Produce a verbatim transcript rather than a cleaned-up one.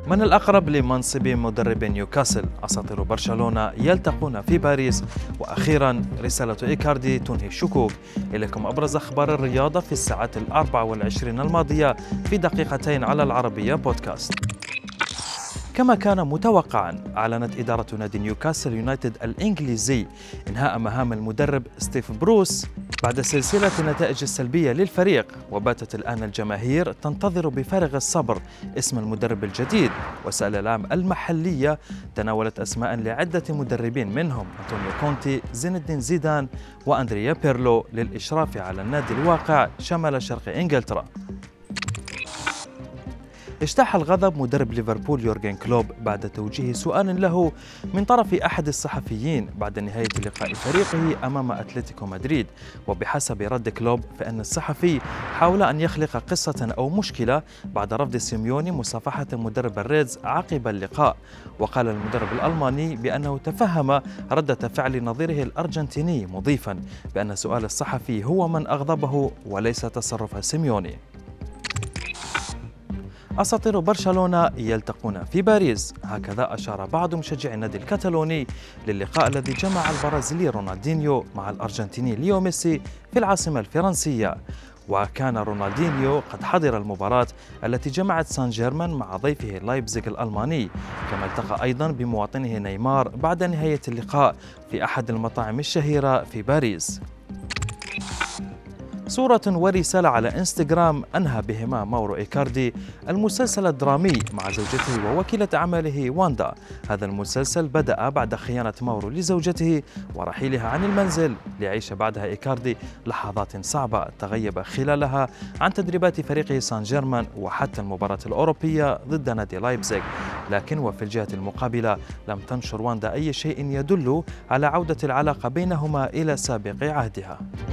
من الأقرب لمنصب مدرب نيوكاسل؟ أساطير برشلونة يلتقون في باريس، وأخيرا رسالة إيكاردي تنهي الشكوك. إليكم أبرز أخبار الرياضة في الساعات الأربع والعشرين الماضية في دقيقتين على العربية بودكاست. كما كان متوقعا، أعلنت إدارة نادي نيوكاسل يونايتد الإنجليزي إنهاء مهام المدرب ستيف بروس بعد سلسلة النتائج السلبية للفريق، وباتت الآن الجماهير تنتظر بفارغ الصبر اسم المدرب الجديد. وسائل الإعلام المحلية تناولت أسماء لعدة مدربين منهم أنطونيو كونتي، زين الدين زيدان وأندريا بيرلو للإشراف على النادي الواقع شمال شرق إنجلترا. اجتاح الغضب مدرب ليفربول يورغن كلوب بعد توجيه سؤال له من طرف أحد الصحفيين بعد نهاية لقاء فريقه أمام أتلتيكو مدريد. وبحسب رد كلوب فإن الصحفي حاول أن يخلق قصة أو مشكلة بعد رفض سيميوني مصافحة مدرب الريدز عقب اللقاء. وقال المدرب الألماني بأنه تفهم ردة فعل نظيره الأرجنتيني، مضيفا بأن سؤال الصحفي هو من أغضبه وليس تصرف سيميوني. أساطير برشلونة يلتقون في باريس، هكذا أشار بعض مشجعي النادي الكتالوني للقاء الذي جمع البرازيلي رونالدينيو مع الأرجنتيني ليو ميسي في العاصمة الفرنسية. وكان رونالدينيو قد حضر المباراة التي جمعت سان جيرمان مع ضيفه لايبزيغ الألماني، كما التقى أيضا بمواطنه نيمار بعد نهاية اللقاء في أحد المطاعم الشهيرة في باريس. صورة ورسالة على إنستغرام أنهى بهما ماورو إيكاردي المسلسل الدرامي مع زوجته ووكيلة أعماله واندا. هذا المسلسل بدأ بعد خيانة ماورو لزوجته ورحيلها عن المنزل ليعيش بعدها إيكاردي لحظات صعبة تغيب خلالها عن تدريبات فريقه سان جيرمان وحتى المباراة الأوروبية ضد نادي لايبزيغ. لكن وفي الجهة المقابلة لم تنشر واندا أي شيء يدل على عودة العلاقة بينهما إلى سابق عهدها.